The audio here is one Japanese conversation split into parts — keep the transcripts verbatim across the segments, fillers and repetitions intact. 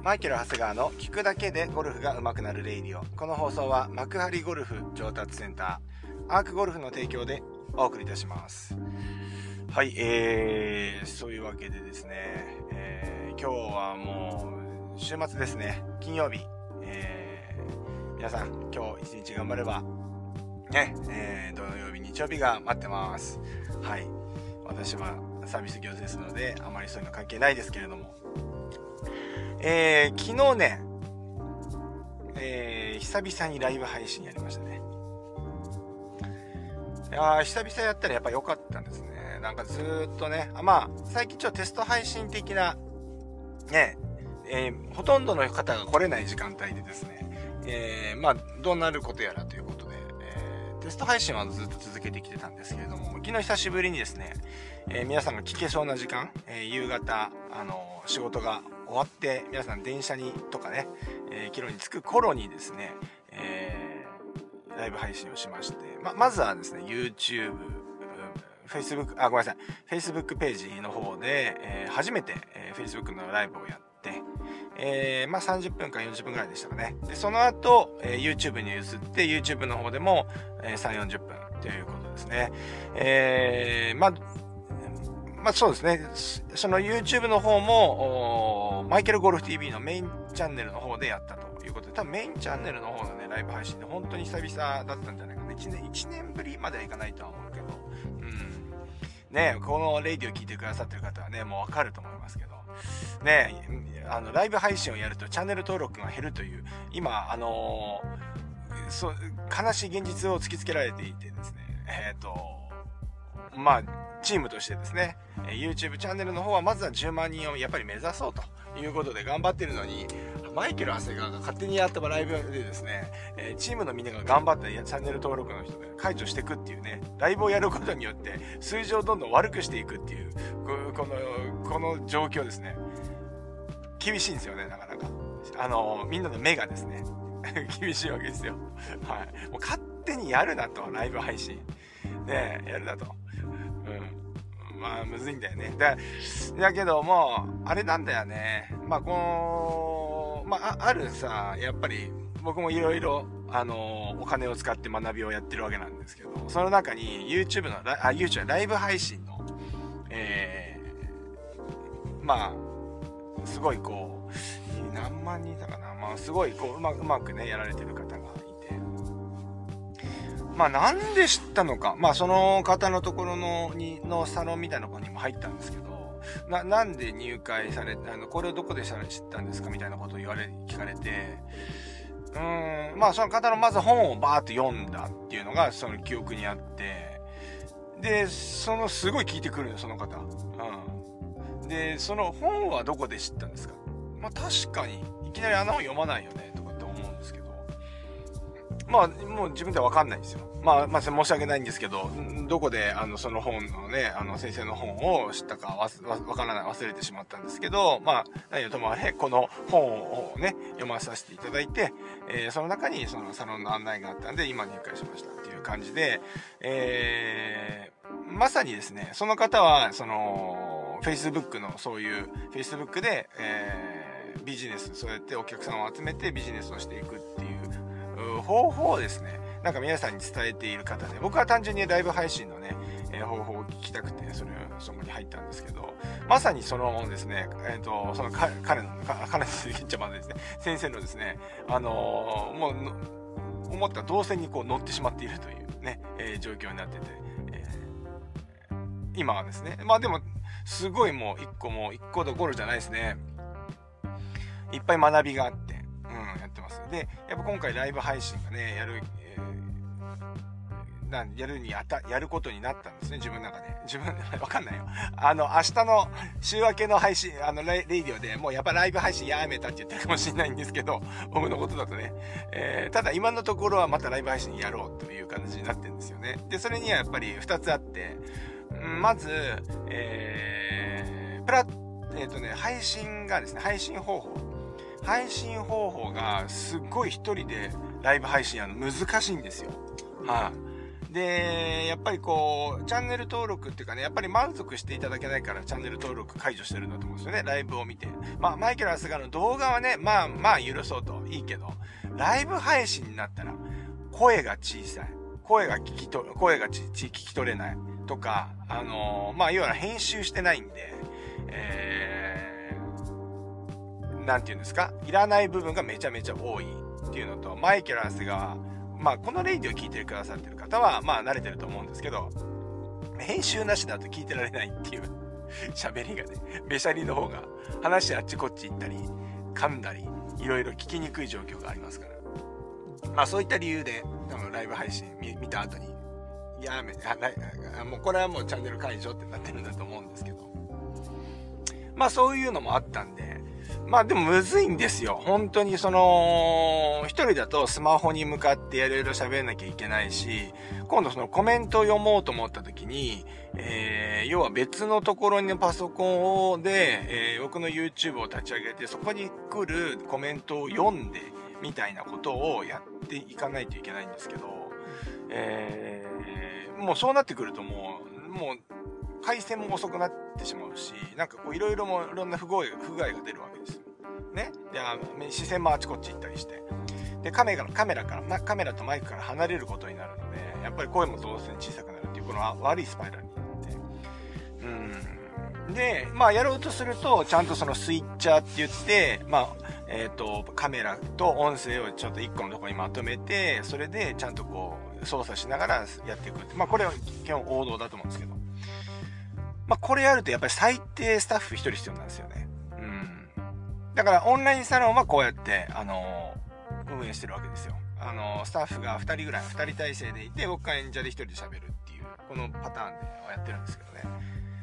マイケル長谷川の聞くだけでゴルフが上手くなるレイディオ。この放送は幕張ゴルフ上達センターアークゴルフの提供でお送りいたします。はい、えー、そういうわけでですね、えー、今日はもう週末ですね。金曜日、えー、皆さん今日一日頑張ればね、えー、土曜日日曜日が待ってます。はい、私はサービス業ですのであまりそういうの関係ないですけれども、えー、昨日ね、えー、久々にライブ配信やりましたね。いやー、久々やったらやっぱ良かったんですね。なんかずーっとね、あまあ最近ちょっとテスト配信的なね、えー、ほとんどの方が来れない時間帯でですね、えー、まあどうなることやらということで、えー、テスト配信はずっと続けてきてたんですけれども、昨日久しぶりにですね、えー、皆さんが聞けそうな時間、えー、夕方、あのー、仕事が終わって皆さん電車にとかね、えー、帰路に着く頃にですね、えー、ライブ配信をしまして、ままずはですね YouTube、Facebook、あごめんなさい Facebook ページの方で、えー、初めて、えー、Facebook のライブをやって、えー、まあさんじゅっぷんかよんじゅっぷんぐらいでしたかね。でその後、えー、YouTube に移って YouTube の方でも、えー、さんじゅうよんじゅっぷんということですね。えー、まあまあそうですね。その YouTube の方もマイケルゴルフ ティーブイ のメインチャンネルの方でやったということで、多分メインチャンネルの方のねライブ配信で本当に久々だったんじゃないかな。いちねんいちねんぶりまではいかないとは思うけど、うんね、このレイディを聞いてくださってる方はねもうわかると思いますけどね、あのライブ配信をやるとチャンネル登録が減るという今あのー、そう悲しい現実を突きつけられていてですね、えっとまあチームとしてですね、YouTube チャンネルの方はまずはじゅうまんにんをやっぱり目指そうということで頑張ってるのに、マイケル長谷川が勝手にやったライブでですね、チームのみんなが頑張ってチャンネル登録の人で解除していくっていうね、ライブをやることによって数字をどんどん悪くしていくっていうこのこの状況ですね。厳しいんですよね、なかなかあのみんなの目がですね厳しいわけですよ。はい、もう勝手にやるなと、ライブ配信ねやるなと。うん、まあむずいんだよね。だだけどもあれなんだよね。まあこのまああるさ、やっぱり僕もいろいろあのお金を使って学びをやってるわけなんですけど、その中に YouTube のあ YouTube ライブ配信の、えー、まあすごいこう何万人だかな、まあすごいこううまうまくねやられてる方がいて。まあなんで知ったのか、まあその方のところのにのサロンみたいなところにも入ったんですけど、ななんで入会されたの、これをどこで知ったんですかみたいなことを言われ聞かれて、うーんまあその方のまず本をバーって読んだっていうのがその記憶にあって、でそのすごい聞いてくるよその方、うん、でその本はどこで知ったんですか。まあ確かにいきなりあの本読まないよねとかって思うんですけど、まあもう自分では分かんないんですよ。まあ、まあ、申し訳ないんですけど、どこであのその本のね、あの先生の本を知ったかわわからない、忘れてしまったんですけど、まあ何ともあれこの本をね読まさせていただいて、えー、その中にそのサロンの案内があったんで今入会しましたっていう感じで、えー、まさにですねその方はその Facebook のそういう Facebook で、えー、ビジネス、そうやってお客さんを集めてビジネスをしていくっていう方法をですねなんか皆さんに伝えている方で、僕は単純にライブ配信のね、えー、方法を聞きたくてそれそこに入ったんですけど、まさにそのですねえっ、ー、とその彼の彼の言っちゃまずですね先生のですねあのー、もう思った動線にこう乗ってしまっているというね、えー、状況になってて、えー、今はですねまあでもすごいもう一個も一個どころじゃないですね。いっぱい学びがあって。うん、やってます。で、やっぱ今回ライブ配信がね、やる、えー、なんやるにあた、やることになったんですね、自分の中で。自分、わかんないよ。あの、明日の週明けの配信、あの、レイディオでもうやっぱライブ配信やめたって言ってるかもしれないんですけど、僕のことだとね。えー、ただ今のところはまたライブ配信やろうという感じになってるんですよね。で、それにはやっぱりふたつあって、まず、えー、プラ、えっとね、配信がですね、配信方法。配信方法がすっごい一人でライブ配信やるの難しいんですよ。はい、 で、やっぱりこう、チャンネル登録っていうかね、やっぱり満足していただけないからチャンネル登録解除してるんだと思うんですよね、ライブを見て。まあ、マイケル・アスガの動画はね、まあまあ許そうといいけど、ライブ配信になったら、声が小さい。声が聞きと、声がち、ち、聞き取れない。とか、あのー、まあ、要は編集してないんで、えー、なんていうんですか、いらない部分がめちゃめちゃ多いっていうのと、マイケル・アスガは、まあ、このレイディを聞いてくださってる方は、まあ、慣れてると思うんですけど、編集なしだと聞いてられないっていう喋りがね、べしゃりの方が、話あっちこっち行ったり、噛んだり、いろいろ聞きにくい状況がありますから。まあ、そういった理由で、多分ライブ配信 見, 見た後に、やめ、あ、もうこれはもうチャンネル解除ってなってるんだと思うんですけど。まあ、そういうのもあったんで、まあでもむずいんですよ。本当にその、一人だとスマホに向かっていろいろ喋んなきゃいけないし、今度そのコメントを読もうと思った時に、えー、要は別のところにパソコンで、えー、僕の YouTube を立ち上げて、そこに来るコメントを読んで、みたいなことをやっていかないといけないんですけど、えー、もうそうなってくるともう、もう、回線も遅くなってしまうし、なんかこういろいろもいろんな不具合、不具合が出るわけですよ。ね。で、視線もあちこっち行ったりして。で、カメラ、カメラから、ま、カメラとマイクから離れることになるので、やっぱり声も当然小さくなるっていう、この悪いスパイラルになって。うん。で、まあやろうとすると、ちゃんとそのスイッチャーって言って、まあ、えっと、カメラと音声をちょっと一個のところにまとめて、それでちゃんとこう、操作しながらやっていくって。まあこれは基本王道だと思うんですけど。まあ、これやるとやっぱり最低スタッフ一人必要なんですよね。うん。だからオンラインサロンはこうやって、あのー、運営してるわけですよ。あのー、スタッフが二人ぐらい、二人体制でいて、僕が演者で一人で喋るっていう、このパターンでやってるんですけどね。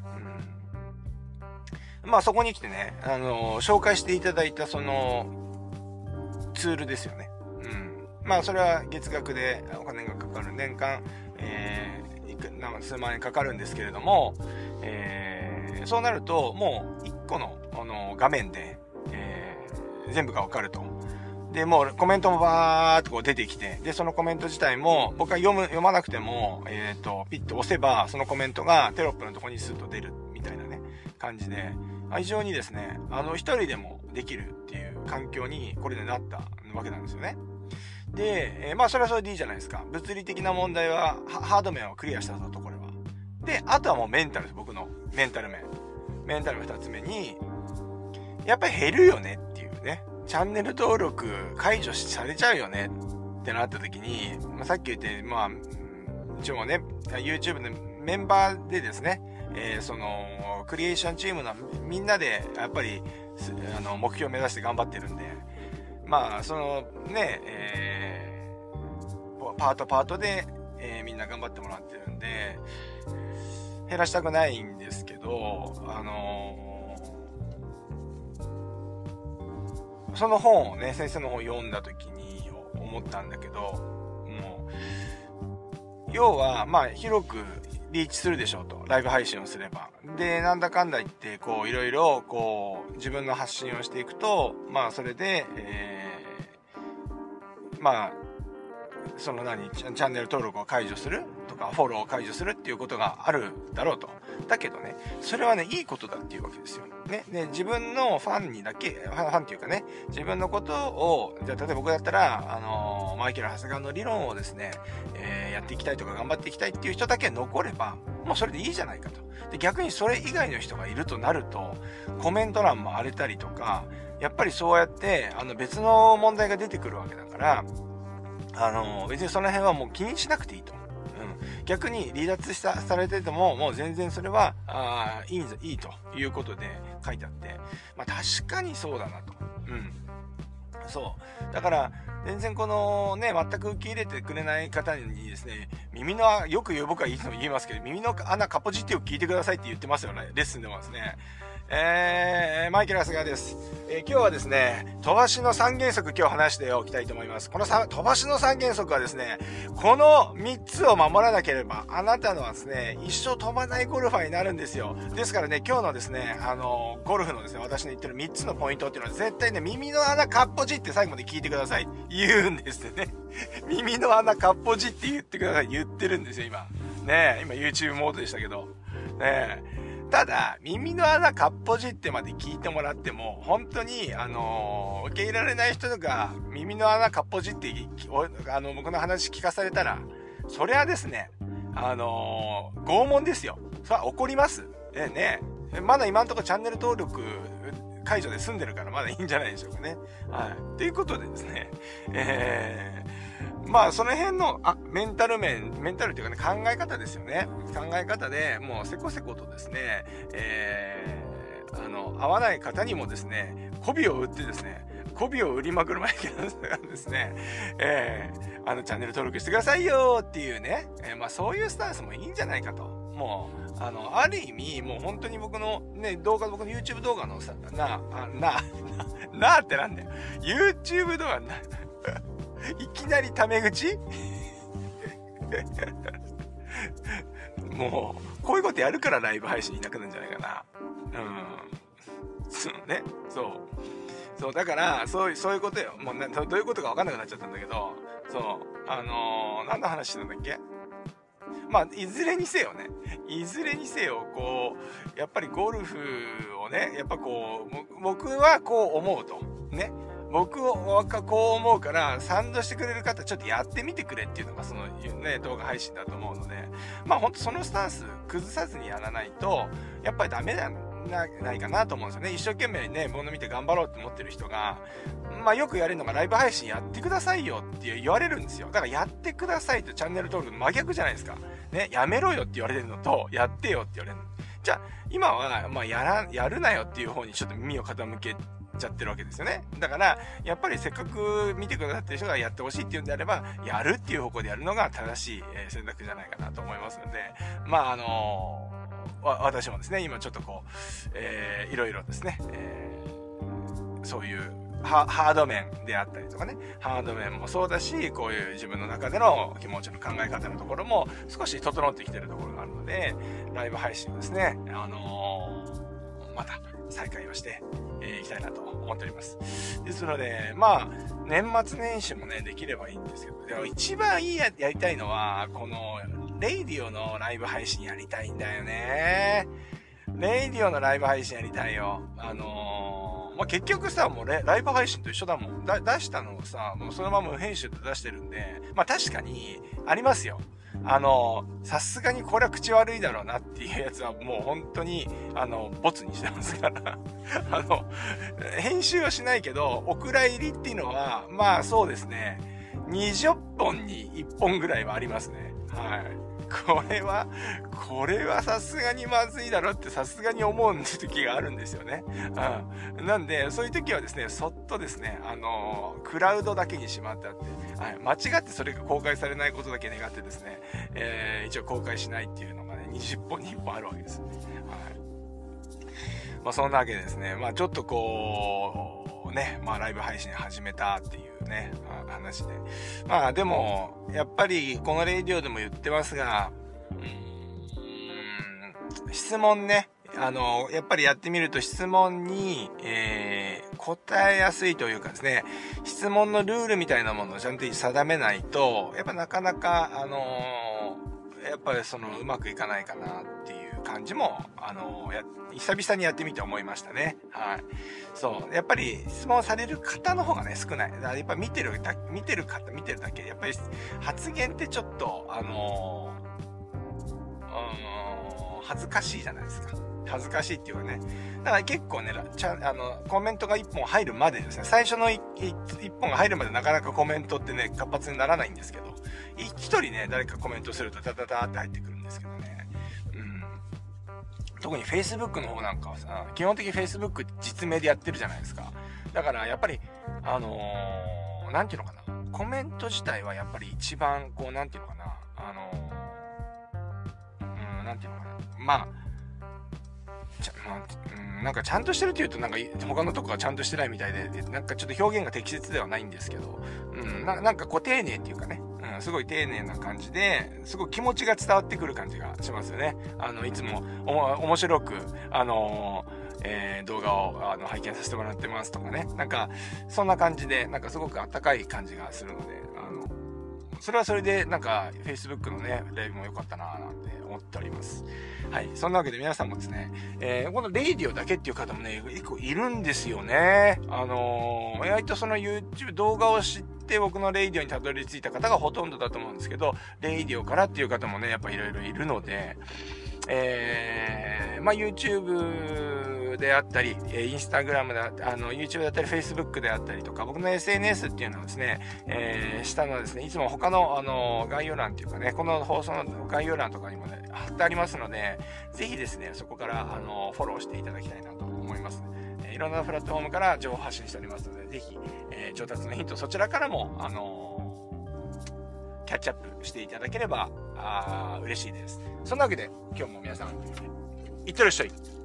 うん。まあそこに来てね、あのー、紹介していただいたその、ツールですよね。うん。まあそれは月額でお金がかかる。年間、えー、数万円かかるんですけれども、えー、そうなるともう一個の、あの画面で、えー、全部がわかると。で、もうコメントもバーっとこう出てきて、で、そのコメント自体も僕は読む、読まなくても、えっと、ピッと押せば、そのコメントがテロップのところにスッと出るみたいなね、感じで、非常にですね、あの、一人でもできるっていう環境にこれでなったわけなんですよね。で、えー、まあそれはそれでいいじゃないですか。物理的な問題はハード面をクリアしたぞと、これは。で、あとはもうメンタルです。僕のメンタル面。メンタル二つ目に、やっぱり減るよねっていうね。チャンネル登録解除されちゃうよねってなった時に、まあ、さっき言って、まあ、一応ね、YouTube のメンバーでですね、えー、その、クリエーションチームのみんなで、やっぱり、あの、目標を目指して頑張ってるんで、まあ、そのね、えー、パートパートで、えー、みんな頑張ってもらってるんで、減らしたくないんですけど、あのー、その本をね、先生の本を読んだ時に思ったんだけど、もう、要は、まあ、広くリーチするでしょうと。ライブ配信をすれば。で、なんだかんだ言って、こう、いろいろ、こう、自分の発信をしていくと、まあ、それで、えー、まあ、その何、チャンネル登録を解除するとか、フォローを解除するっていうことがあるだろうと。だけどね、それはね、いいことだっていうわけですよ。ね。で、自分のファンにだけ、ファンっていうかね、自分のことを、じゃあ、例えば僕だったら、あのー、マイケル・ハセガンの理論をですね、えー、やっていきたいとか頑張っていきたいっていう人だけ残れば、もうそれでいいじゃないかと。で、逆にそれ以外の人がいるとなると、コメント欄も荒れたりとか、やっぱりそうやって、あの、別の問題が出てくるわけだから、あの、別にその辺はもう気にしなくていいと。うん。逆に離脱した、されてても、もう全然それは、ああ、いい、いいということで書いてあって、まあ確かにそうだなと。うん。そう。だから、全然このね、全く受け入れてくれない方にですね、耳の、よく言う僕はいつも言いますけど、耳の穴かっぽじってを聞いてくださいって言ってますよね。レッスンでもですね。 えー、マイケル・アスガーです。えー、今日はですね、飛ばしの三原則今日話しておきたいと思います。この飛ばしの三原則はですね、この三つを守らなければ、あなたのはですね、一生飛ばないゴルファーになるんですよ。ですからね、今日のですね、あのー、ゴルフのですね、私の言ってる三つのポイントっていうのは絶対ね、耳の穴かっぽじって最後まで聞いてください。言うんですね。耳の穴かっぽじって言ってください。言ってるんですよ、今。ねえ、今 YouTube モードでしたけど。ねえ。ただ、耳の穴かっぽじってまで聞いてもらっても、本当に、あのー、受け入れられない人が耳の穴かっぽじって、あの、僕の話聞かされたら、それはですね、あのー、拷問ですよ。それは怒ります。え、ね。まだ今のところチャンネル登録解除で済んでるからまだいいんじゃないでしょうかね。はい。ということでですね、えー、まあ、その辺の、あ、メンタル面、メンタルっていうかね、考え方ですよね。考え方で、もう、せこせことですね、えー、あの、合わない方にもですね、媚びを売ってですね、媚びを売りまくるマイケルがですね、えー、あの、チャンネル登録してくださいよっていうね、えー、まあ、そういうスタンスもいいんじゃないかと。もう、あの、ある意味、もう本当に僕のね、動画、僕の YouTube 動画のさ、な、あ、な、な、なってなんだよ。YouTube 動画な、いきなりタメ口もう、こういうことやるからライブ配信いなくなるんじゃないかな。うん。そうね。そう。そう、だから、そういう、そういうことよ。もうな、どういうことかわかんなくなっちゃったんだけど、そう。あのー、何の話してたんだっけ？まあ、いずれにせよね。いずれにせよ、こう、やっぱりゴルフをね、やっぱこう、僕はこう思うと。ね。僕はこう思うから、賛同してくれる方、ちょっとやってみてくれっていうのが、そのね、動画配信だと思うので、まあほんとそのスタンス崩さずにやらないと、やっぱりダメだな、ないかなと思うんですよね。一生懸命ね、もの見て頑張ろうって思ってる人が、まあよく言われるのがライブ配信やってくださいよって言われるんですよ。だからやってくださいとチャンネル登録真逆じゃないですか。ね、やめろよって言われるのと、やってよって言われるの。じゃあ、今は、まあやら、やるなよっていう方にちょっと耳を傾けちゃってるわけですよね。だから、やっぱりせっかく見てくださってる人がやってほしいっていうんであれば、やるっていう方向でやるのが正しい選択じゃないかなと思いますので、まああのー、私もですね、今ちょっとこう、えー、いろいろですね、えー、そういうハード面であったりとかね、ハード面もそうだし、こういう自分の中での気持ちの考え方のところも少し整ってきてるところがあるので、ライブ配信をですね、あのー、また再開をしてい、えー、きたいなと思っております。ですので、まあ、年末年始もね、できればいいんですけど、でも一番いい や, やりたいのは、この、レイディオのライブ配信やりたいんだよね。レイディオのライブ配信やりたいよ。あのー、まあ、結局さ、もうライブ配信と一緒だもん。だ出したのをさ、もうそのまま無編集で出してるんで、まあ確かに、ありますよ。あの、さすがにこれは口悪いだろうなっていうやつはもう本当に、あの、ボツにしてますから。あの、編集はしないけど、お蔵入りっていうのは、まあそうですね、にじゅっぽんにいっぽんぐらいはありますね。はい。これは、これはさすがにまずいだろってさすがに思う時があるんですよね。うん。なんで、そういう時はですね、そっとですね、あのー、クラウドだけにしまってあって、はい、間違ってそれが公開されないことだけ願ってですね、えー、一応公開しないっていうのがね、にじゅっぽんにいっぽんあるわけですよね。はい。まあそんなわけでですね、まあちょっとこう、ね、まあライブ配信始めたっていうね、話で。まあでも、やっぱりこのレイディオでも言ってますが、うーん、質問ね、あの、やっぱりやってみると質問に、えー、答えやすいというかですね、質問のルールみたいなものをちゃんと定めないと、やっぱなかなか、あのー、やっぱりそのうまくいかないかなっていう感じも、あのー、や久々にやってみて思いましたね。はい。そう。やっぱり質問される方の方がね、少ない。だからやっぱ見てるだ、見てる方、見てるだけ。やっぱり発言ってちょっと、あのー、うん、恥ずかしいじゃないですか。恥ずかしいっていうかね。だから結構ね、ちゃあの、コメントが一本入るまでですね、最初の一本が入るまでなかなかコメントってね、活発にならないんですけど、一人ね、誰かコメントするとダダダーって入ってくるんですけどね。うん。特に Facebook の方なんかはさ、基本的に Facebook 実名でやってるじゃないですか。だからやっぱり、あのー、なんていうのかな。コメント自体はやっぱり一番、こう、なんていうのかな。あのー、うん、なんていうのかな。まあ、じゃ、まあ、うん、 ん、なんかちゃんとしてるって言うとなんか他のとこがちゃんとしてないみたいで、なんかちょっと表現が適切ではないんですけど、うん、ななんかこう丁寧っていうかね、うん、すごい丁寧な感じで、すごい気持ちが伝わってくる感じがしますよね。あの、いつもおも面白く、あのーえー、動画をあの拝見させてもらってますとかね。なんか、そんな感じで、なんかすごくあったかい感じがするので、あの、それはそれで、なんか、Facebook のね、ライブも良かったなぁなんて思っております。はい。そんなわけで皆さんもですね、えー、このレイディオだけっていう方もね、結構いるんですよね。あのー、意外とその YouTube 動画を知って、僕のレイディオにたどり着いた方がほとんどだと思うんですけど、レイディオからっていう方もね、やっぱいろいろいるので、えー、まあ YouTube であったり、インスタグラムでああの YouTube だったり Facebook であったりとか、僕の エスエヌエス っていうのはですね、えー、下のですね、いつも他のあの概要欄っていうかね、この放送の概要欄とかにもね、貼ってありますので、ぜひですね、そこからあのフォローしていただきたいなと思います。えー、いろんなプラットフォームから情報発信しておりますので、ぜひ、えー、上達のヒントそちらからもあのキャッチアップしていただければあ嬉しいです。そんなわけで今日も皆さんいってらっしゃい。